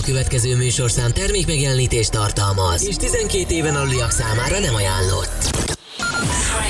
következő műsorszám termékmegjelenítést tartalmaz, és 12 éven aluliak számára nem ajánlott. 3,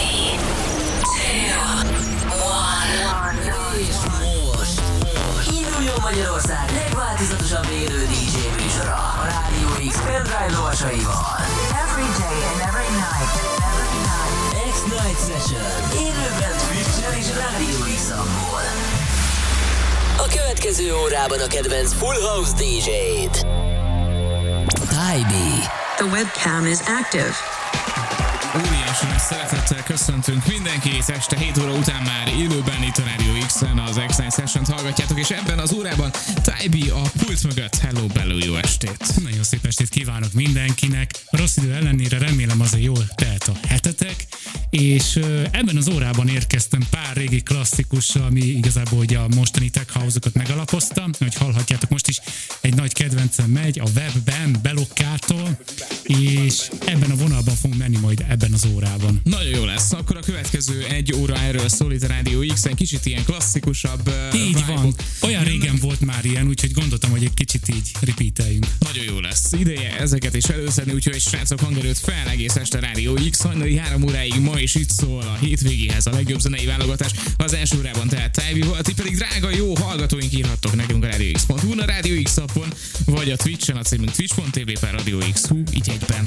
2, 1. És most induljon Magyarország legváltozatosabb élő DJ műsora a Rádió X pendrive lovasaival. Every day and every night. X-Night Session. Élőben Twitch-en és Rádió X-amból. A következő órában a kedvenc Full House DJ-t. Tybee. The webcam is active. Óriási nagy szeretettel köszöntünk mindenkit, este 7 óra után már élőben itt a Radio X-en az X-Night Session-t hallgatjátok, és ebben az órában Tybee a pult mögött. Hello, bello, jó estét! Nagyon szép estét kívánok mindenkinek. A rossz idő ellenére remélem azért jól telt a hetetek, és ebben az órában érkeztem pár régi klasszikussal, ami igazából ugye a mostani tech house-okat megalapozta. Ahogy hallhatjátok, most is egy nagy kedvencem megy a Webben, Belokkától, és ebben a vonalban fogunk menni majd ebben az órában. Nagyon jó lesz. Akkor a következő egy óra erről szól itt a Radio X-en, kicsit ilyen klasszikusabb így van. Olyan régen volt már ilyen, úgyhogy gondoltam, hogy egy kicsit így repeateljünk. Nagyon jó lesz. Ideje ezeket is előszedni, úgyhogy srácok, hangerőt fel egész este Radio X. Hajnali 3 óráig ma is itt szól a hétvégéhez a legjobb zenei válogatás. Az első órában tehát Tybee volt, ti pedig drága jó hallgatóink írhattok nekünk a radiox.hu, a Radio X appon, vagy a Twitch-en, a címünk twitch.tv/radiox.hu, így egyben.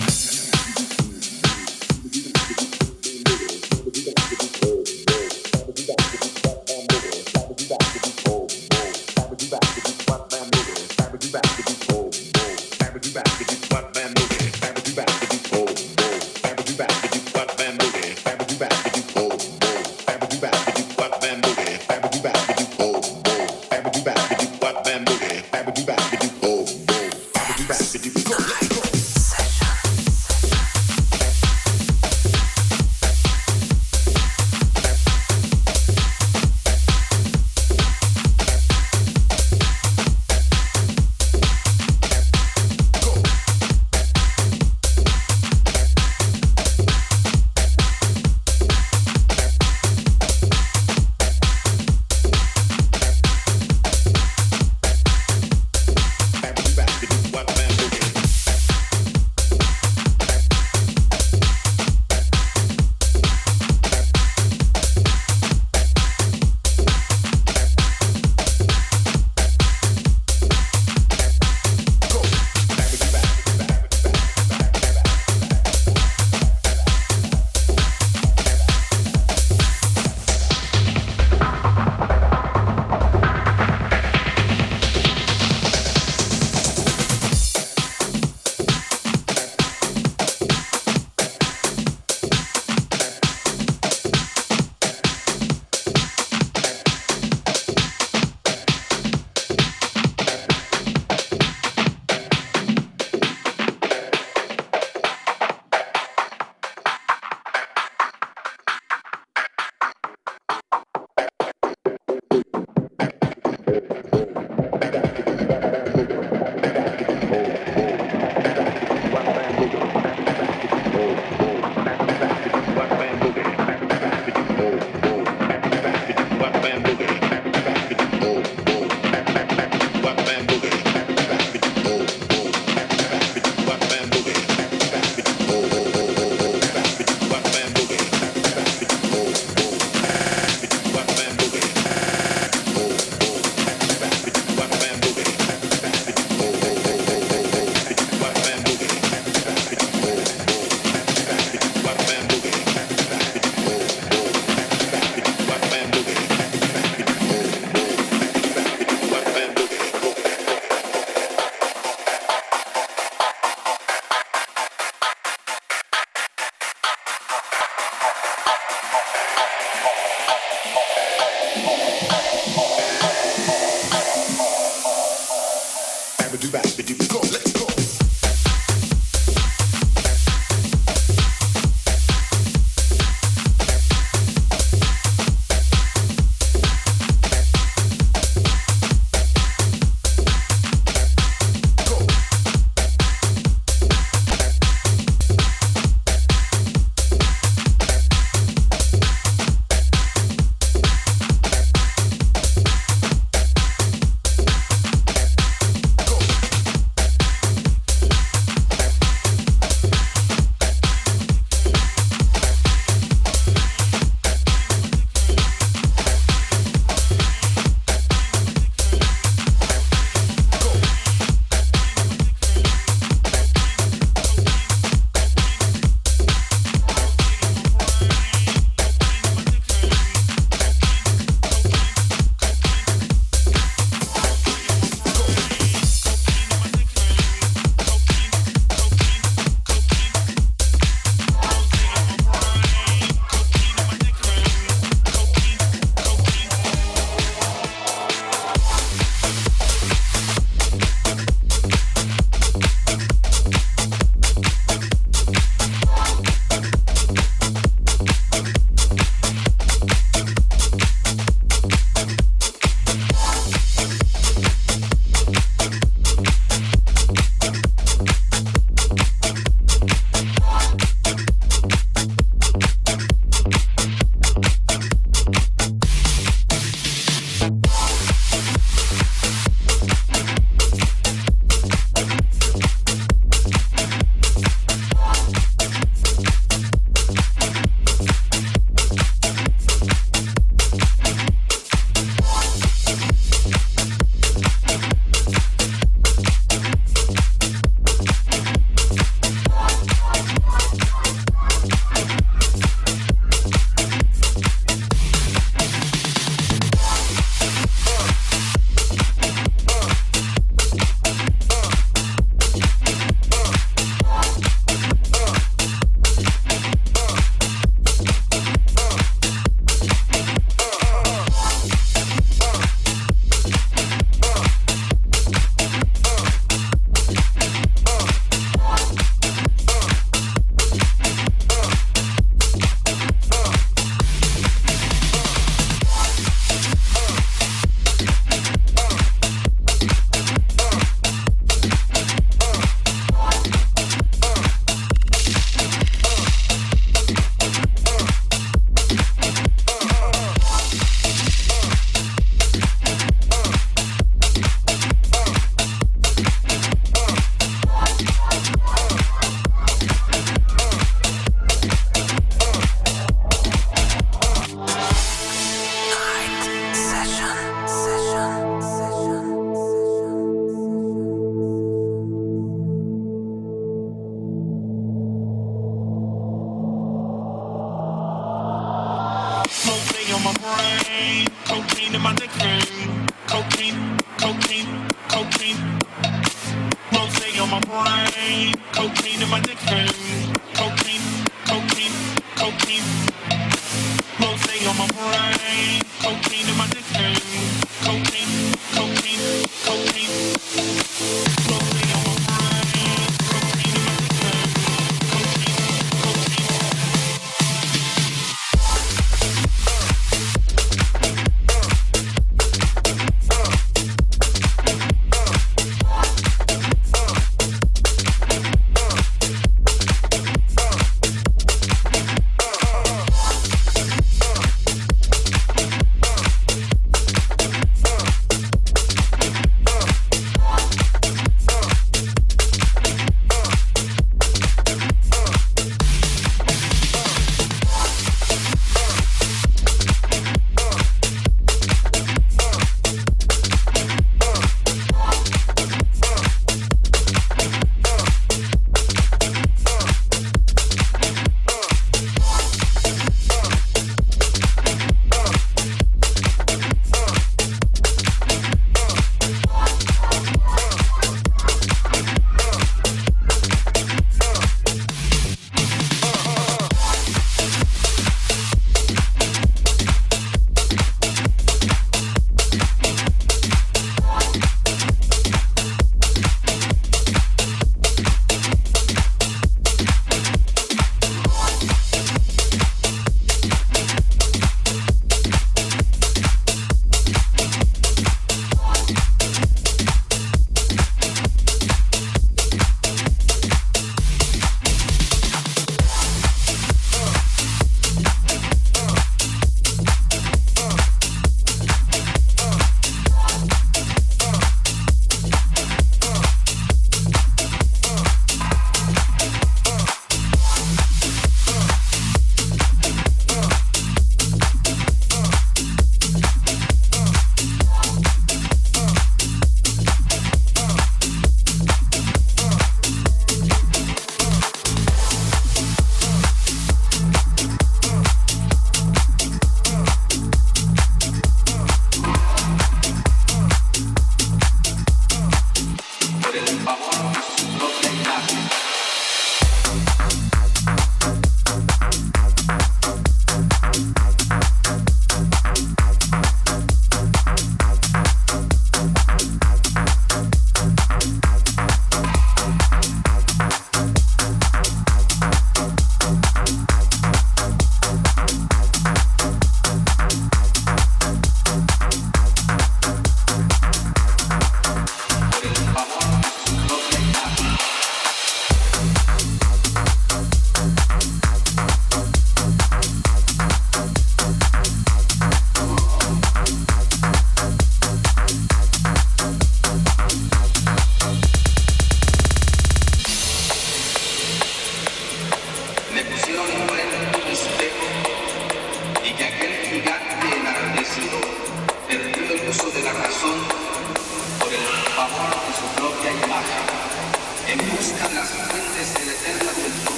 Cocaine in my dick ring. Cocaine, cocaine, cocaine. Rosé on my brain. Cocaine in my dick ring. Cocaine, cocaine, cocaine. Rosé on my brain. Cocaine in my dick ring. Cocaine, cocaine, cocaine. Rosé on my brain. Cocaine in my dick ring. Cocaine, cocaine.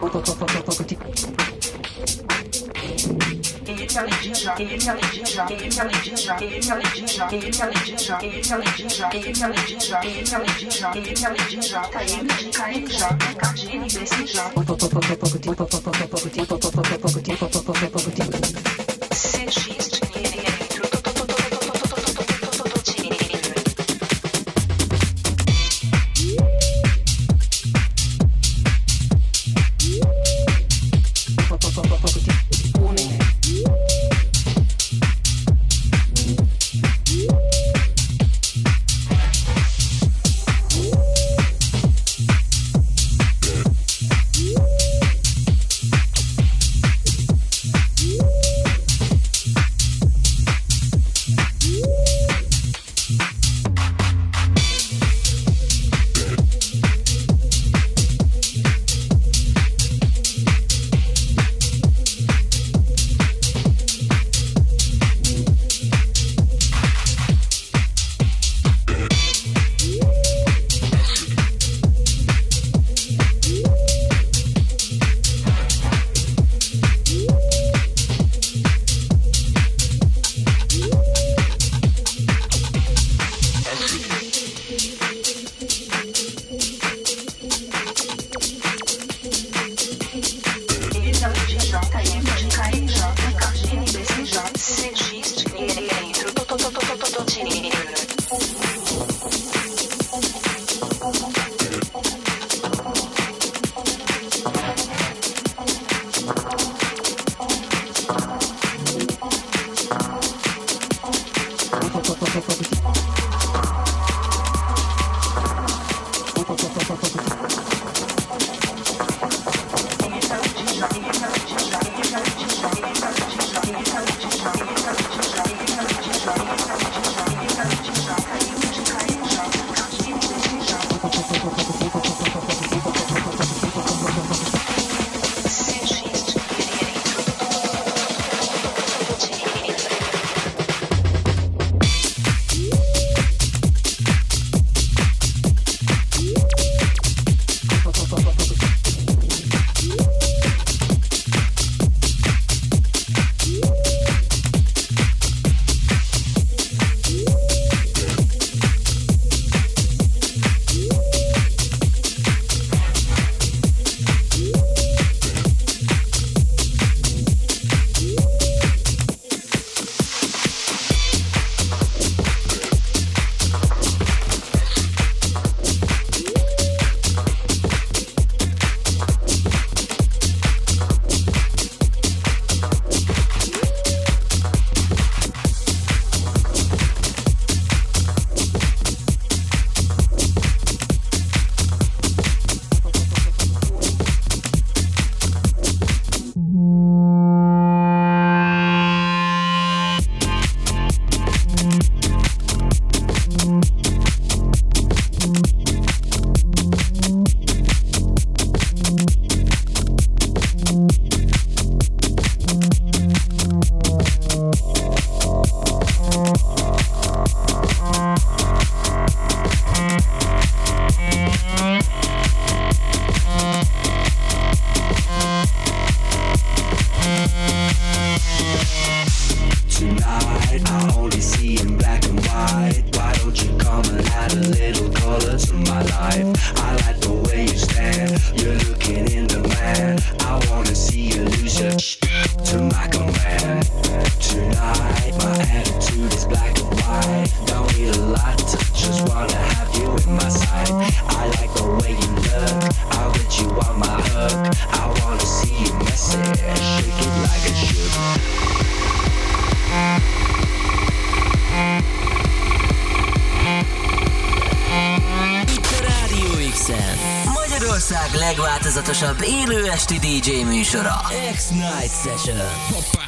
Magyarország legváltozatosabb élő esti DJ műsora. X-Night Session. Hoppá,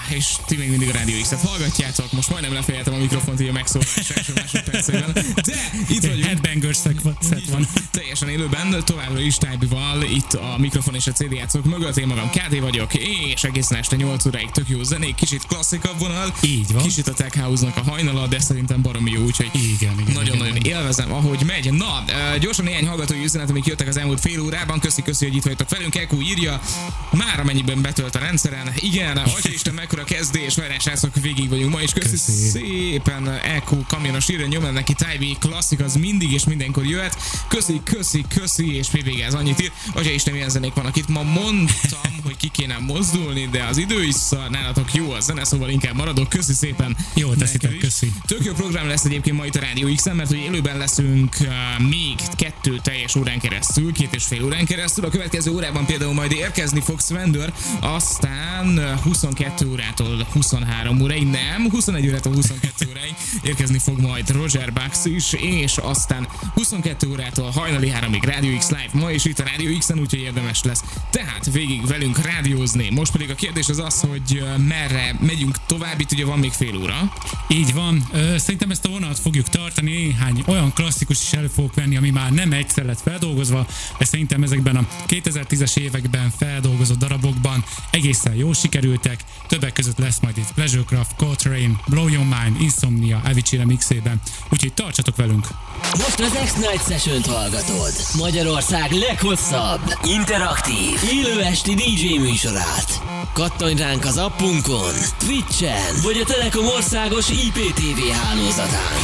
és ti még mindig a Rádió X-et hallgatjátok. Most majdnem lefejeltem a mikrofont így a megszólalás első másodpercében. De itt vagyunk. Headbangers set van. Teljesen élőben, továbbra is Type-val, itt a mikrofon és a CD játszók mögött. Én magam KD vagyok, és egészen este 8 óráig tök jó zenék, kicsit klasszikabb vonal. Így van. Kicsit a Tech House-nak a hajnala, de szerintem baromi jó, úgyhogy nagyon-nagyon élvezem, ahogy megy. Na, gyorsan néhány hallgatói üzenet, amik jöttek az elmúlt fél órában. Köszi, hogy itt vagytok velünk. EQ írja, már amennyiben betölt a rendszeren. Igen, Atyaisten mekkora kezdés, várjál srácok, végig vagyunk ma is. Köszi szépen, EQ kamionos írja, nyomd neki Type, klasszik az mindig és mindenkor jöhet. Köszi, és PBG az annyit ír. Atyaisten milyen zenék vannak itt. Ma mondtam, hogy ki kéne mozdulni, de az idő is szar, nálatok jó a zene, szóval inkább maradok. Köszi szépen. Jó, teszitek, köszi. Tök jó program lesz egyébként ma itt a Rádió X-en, mert hogy élőben leszünk még 2 teljes órán keresztül, 2,5 órán keresztül. A következő órában például majd érkezni fog Svendor, aztán 22 órától 23 óráig, nem, 21 órától 22 óráig érkezni fog majd Roger Bucks is, és aztán 22 órától hajnali 3-ig Rádió X Live ma is itt a Rádió X-en, úgyhogy érdemes lesz tehát végig velünk rádiózni. Most pedig a kérdés az, hogy merre megyünk tovább, itt ugye van még fél óra. Így van, szerintem ezt a vonalat fogjuk tartani, néhány olyan klasszikus is elő fogok venni, ami már nem egyszer lett feldolgozva, de szerintem ezekben a 2010-es években feldolgozott darabokban egészen jól sikerültek, többek között lesz majd itt Pleasurecraft, Coltrane, Blow Your Mind, Insomnia, Avicii remixében, úgyhogy tartsatok velünk! Most az X-Night Session-t hallgatod, Magyarország leghosszabb, interaktív, élő esti DJ műsorát. Kattanj ránk az appunkon, Twitchen, vagy a Telekom országos IPTV hálózatán.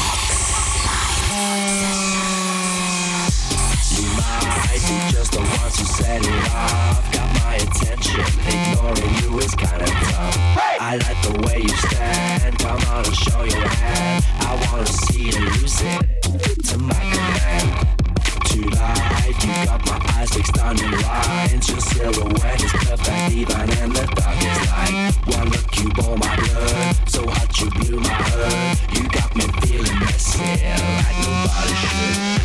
Just the ones who set it off got my attention. Ignoring you is kinda tough. I like the way you stand. Come on and show your hand. I wanna see you lose it to my command. Tonight you got my eyes like stunning lines. Your silhouette is perfect even in the darkest light. One look you bore my blood, so hot you blew my heart. You got me feeling messy like nobody should.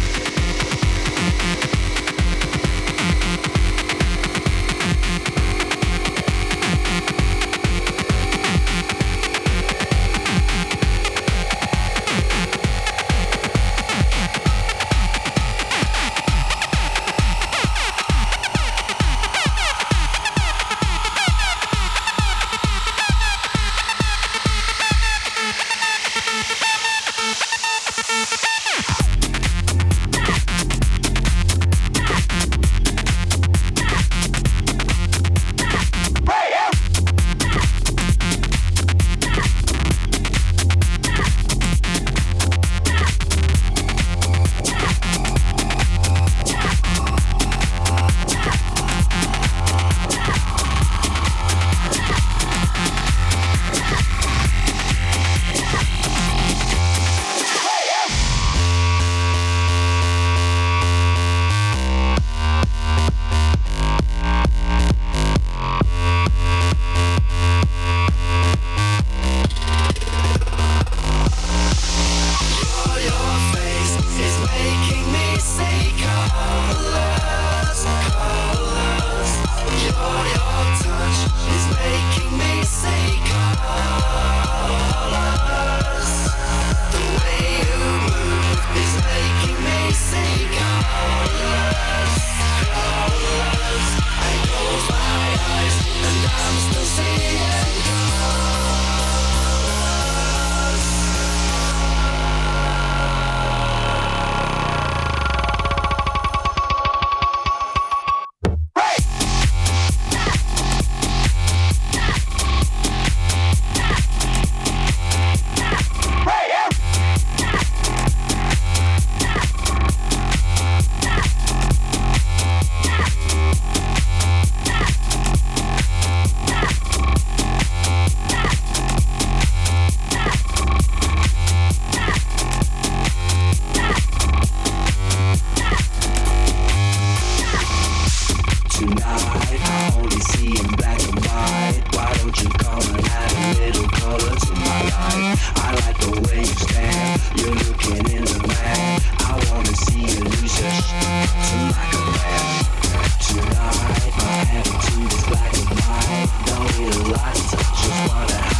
Tonight, my attitude is black and white. Don't need a lot to just wanna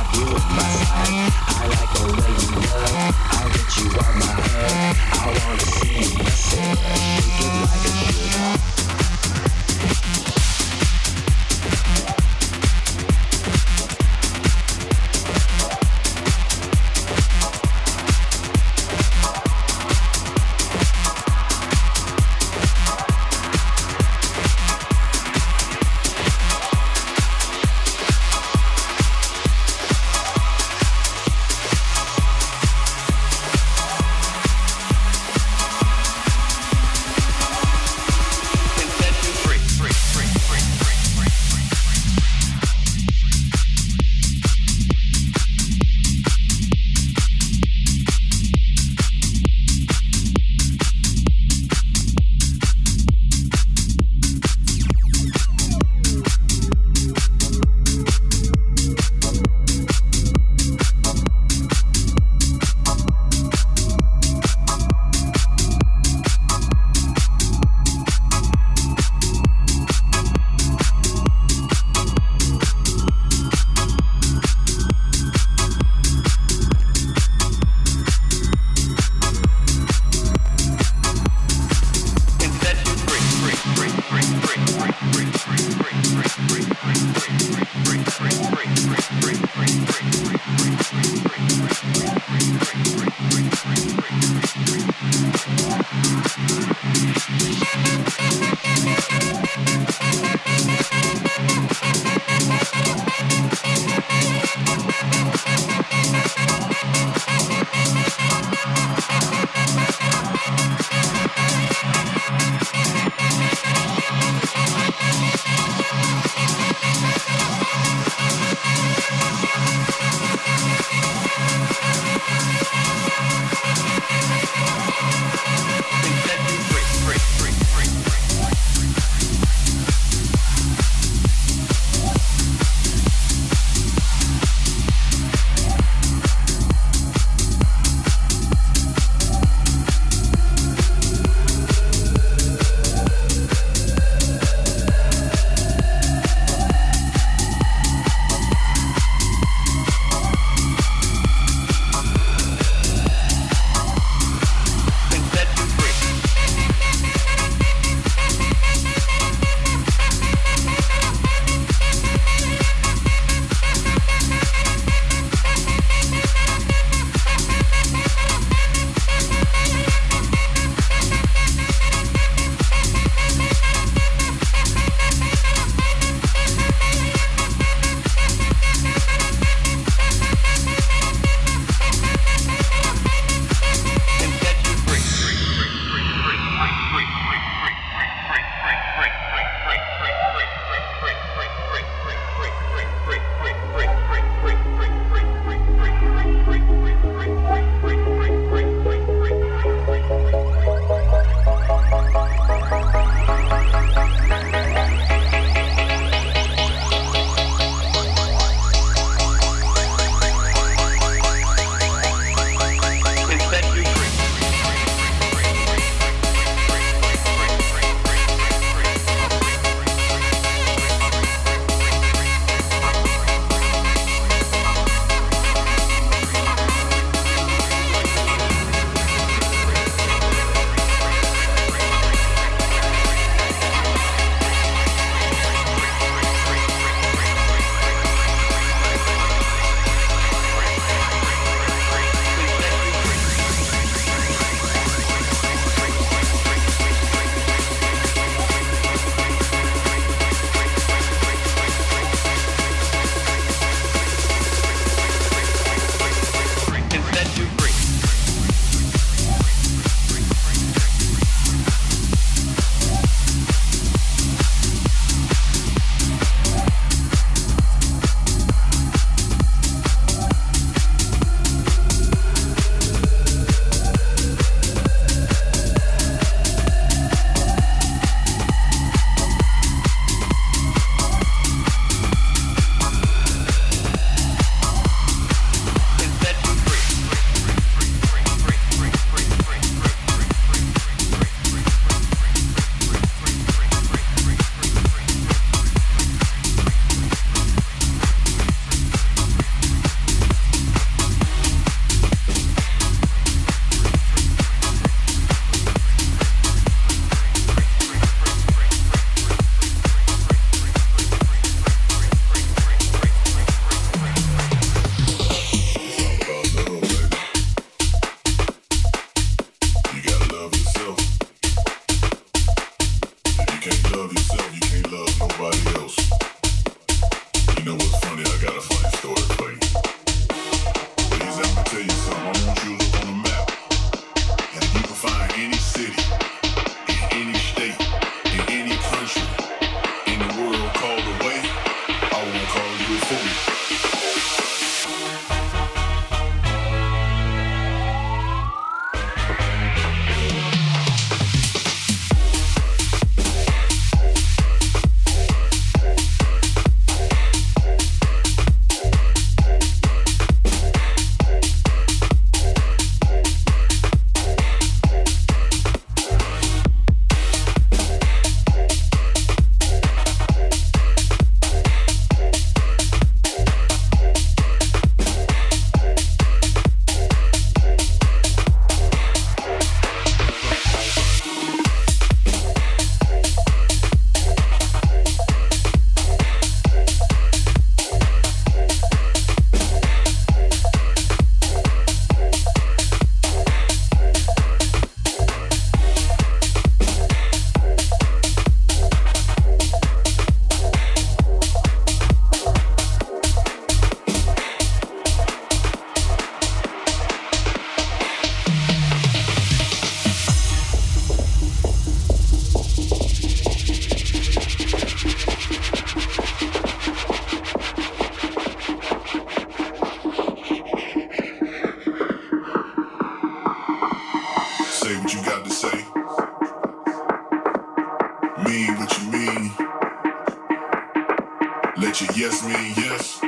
Let your yes mean yes,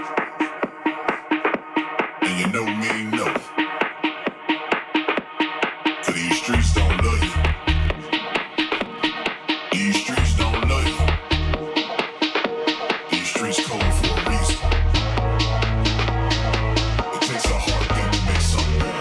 and your no mean no. For these streets don't love you. These streets don't love you. These streets cold for a reason. It takes a hard thing to make something better.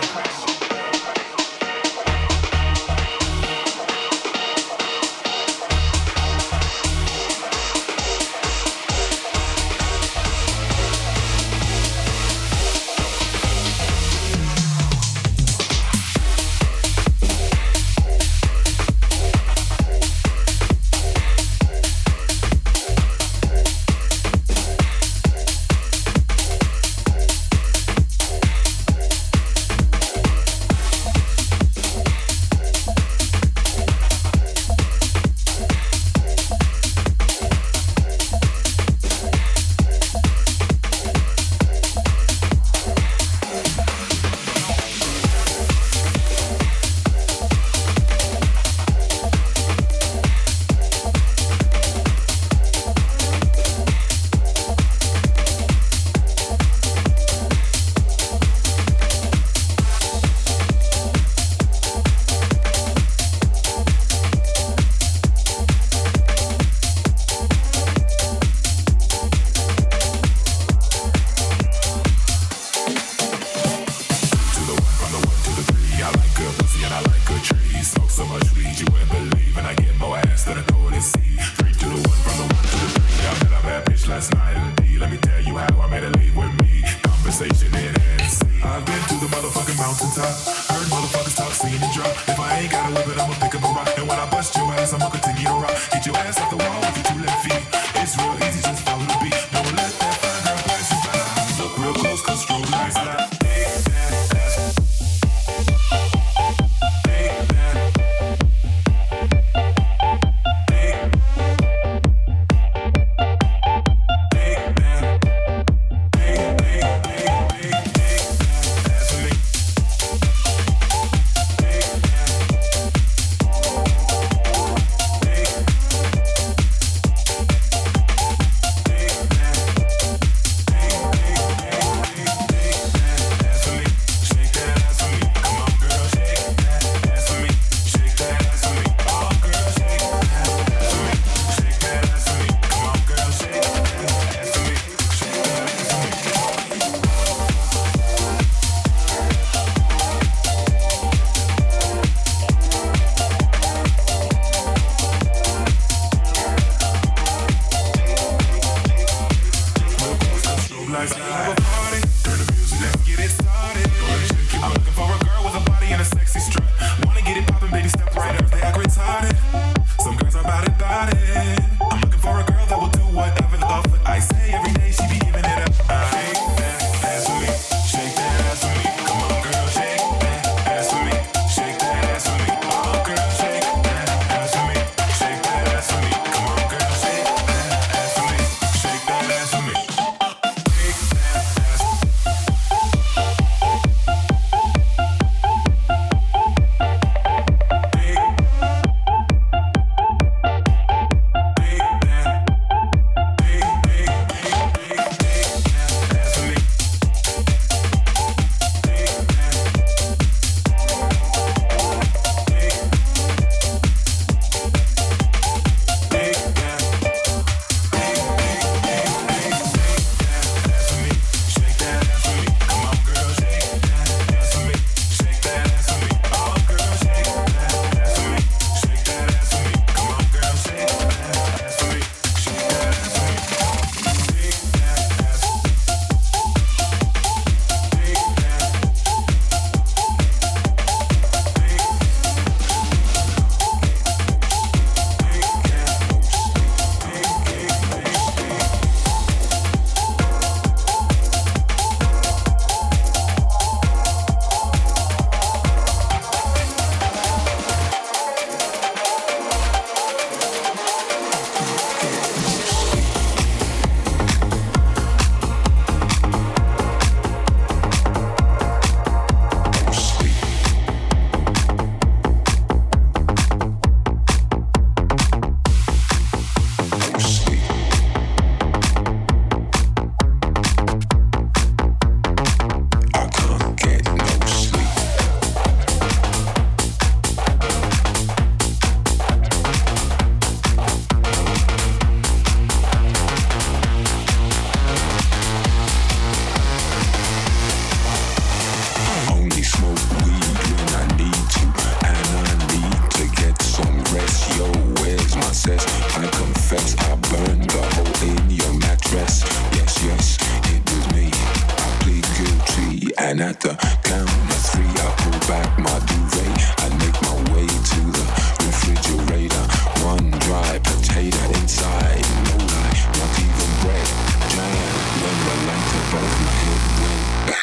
dress. Yes, yes, it was me. I plead guilty, and at the count of three, I pull back my duvet. I make my way to the refrigerator. One dry potato inside, no lie, not even bread. Jam when the light above my head went.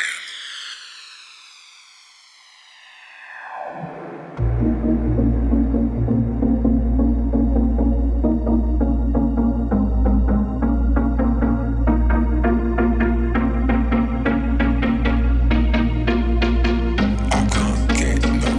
I can't get no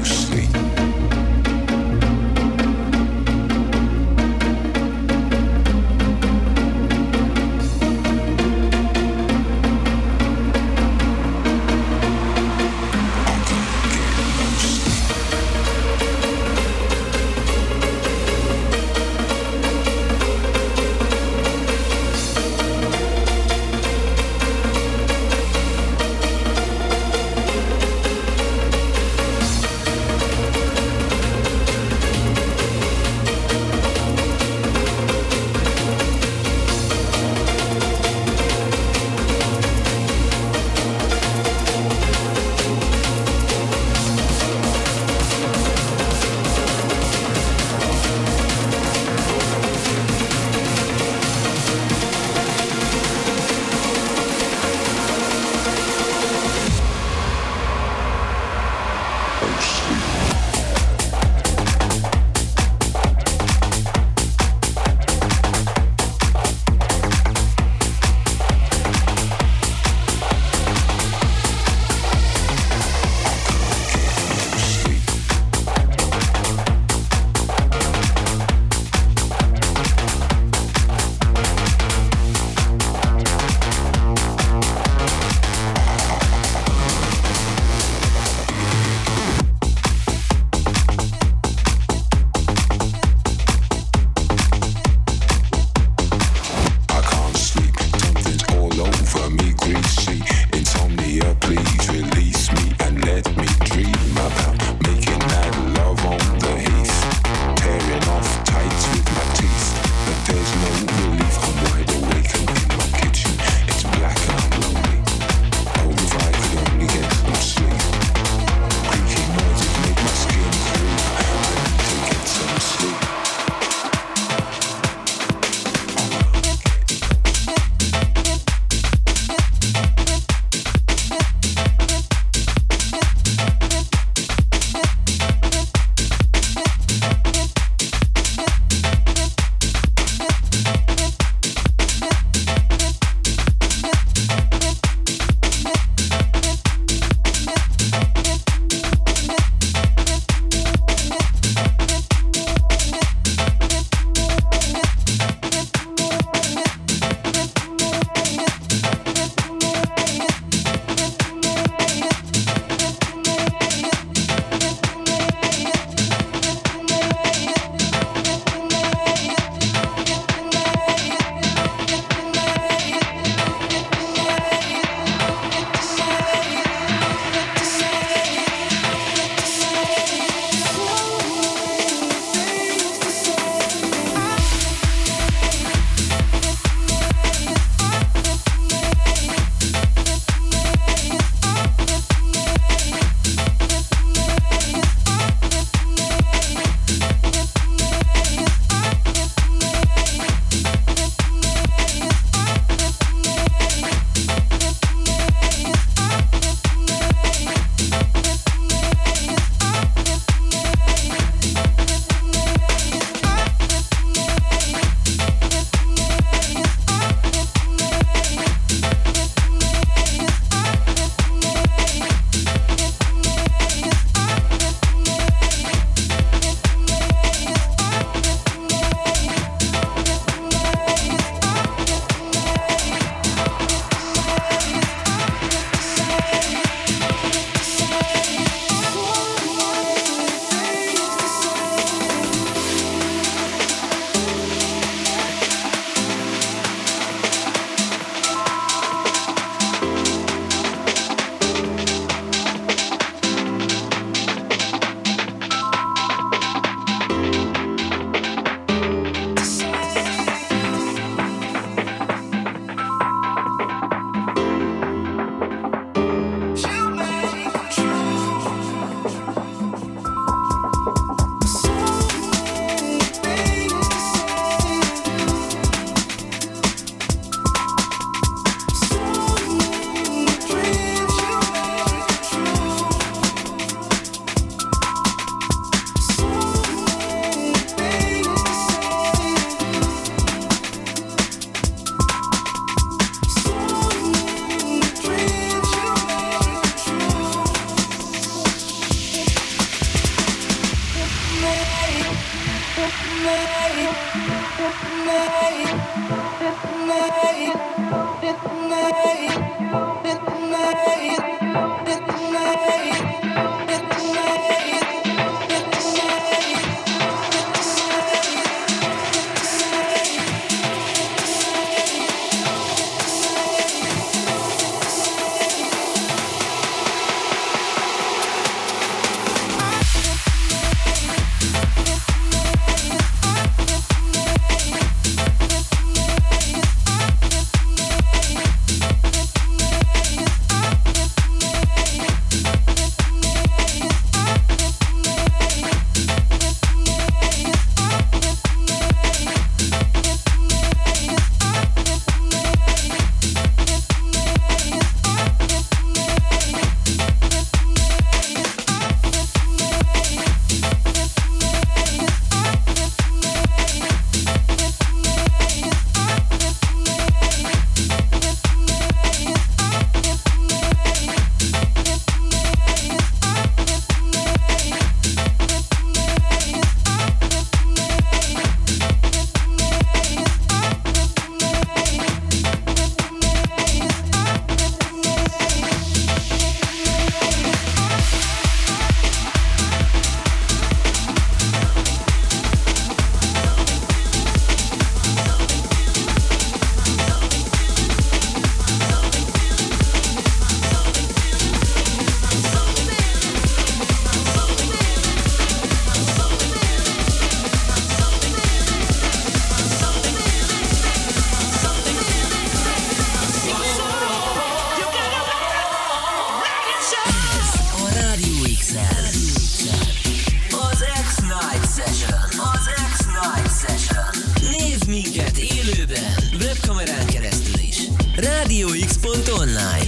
RadioX.online.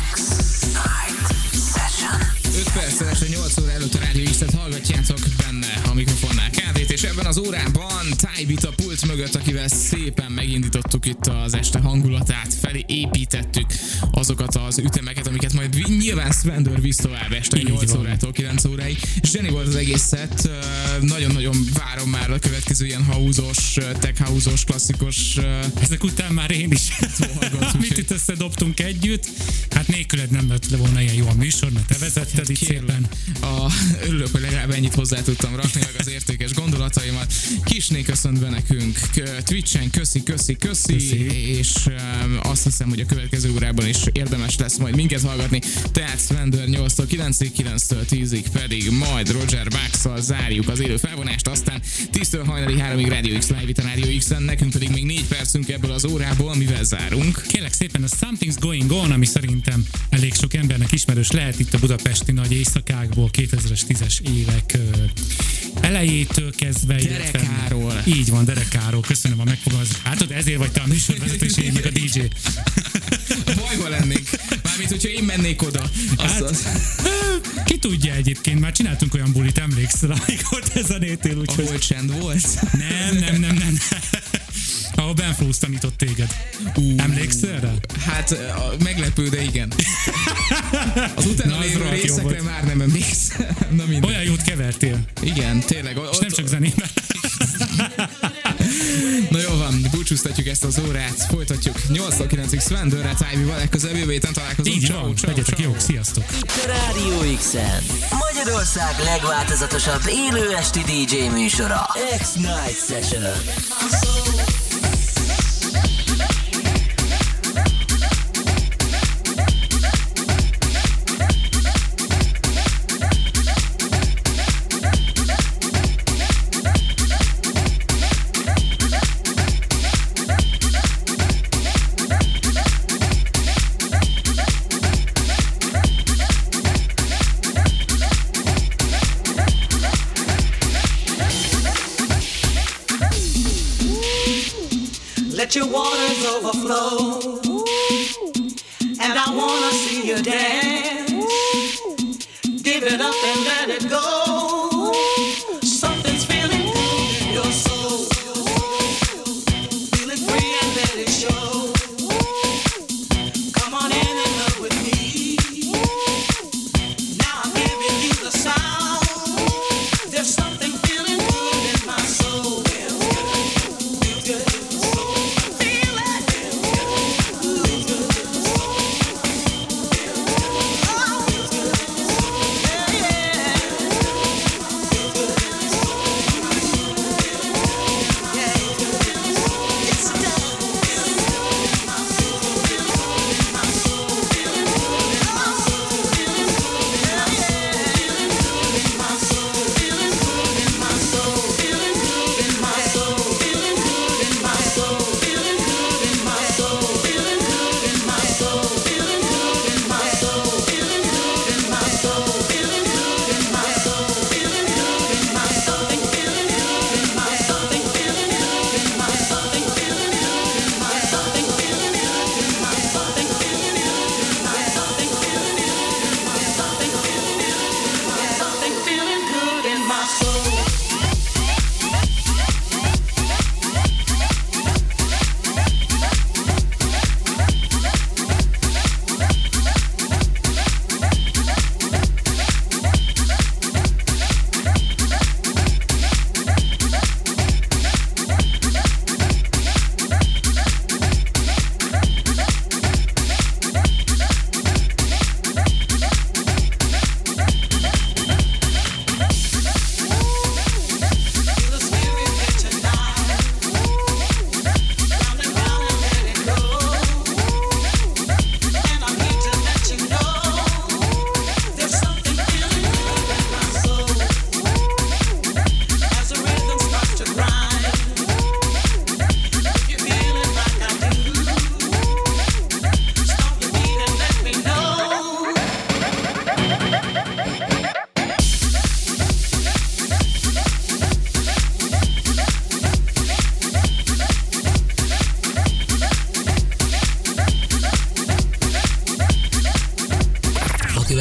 5 perccel este 8 óra előtt a Rádió X-et hallgatjátok, benne a mikrofonnál KD-t, és ebben az órában Tybeat a pult mögött, akivel szépen megindítottuk itt az este hangulatát, felé építettük azokat az ütemeket, amiket majd nyilván Svendor visz tovább este 8 órától 9 óráig. Zseni volt az egész set, nagyon-nagyon várom már a következő ilyen house-os, tech house-os, klasszikus... Ezek után már én is mit itt összedobtunk együtt, hát nélküled nem lett volna ilyen jó a műsor, mert te vezetted itt szépen. Örülök, hogy legalább ennyit hozzá tudtam rakni, meg az értékes gondolataimat. Kisné köszönt be nekünk Twitchen, köszi, és azt hiszem, hogy a következő órában is érdemes lesz majd minket hallgatni. Tehát Svendor 8-tól 9-ig, 9-től 10-ig pedig majd Roger Bucks-szal zárjuk az élő felvonást, aztán 10-től hajnali 3-ig Radio X Live itt a Radio X-en, nekünk pedig még 4 percünk ebből az órából, mivel zárunk. Kérlek szépen a Something's Going On, ami szerintem elég sok embernek ismerős lehet itt a budapesti nagy éjszakákból, 2010-es évek elejétől kezdve. Derekáról. Így van, Derekáról. Köszönöm a megfogalmazást. Hát ezért vagy te a műsorvezető, és én meg a DJ. Bajban lennék. Mármint, hogyha én mennék oda. Ki tudja egyébként, már csináltunk olyan bulit, emlékszel, amikor te zenétél, úgyhogy... Ahol csend volt? Nem. Ahol Ben Flósz tanított téged. Emlékszel rá? Hát meglepő, de igen. Az utána lévő részekre már nem emlékszem. Olyan jót kevertél. Igen, tényleg. És nem csak zenében. Na jó van, búcsúztatjuk ezt az órát, folytatjuk 8-9-ig Svendorrel, Tybeval, legközelebb jövő héten találkozunk. Így van, legyetek jók, sziasztok! Itt a Rádió X-en Magyarország legváltozatosabb élő esti DJ műsora, X-Night Session. Let your waters overflow, and I wanna see you dance.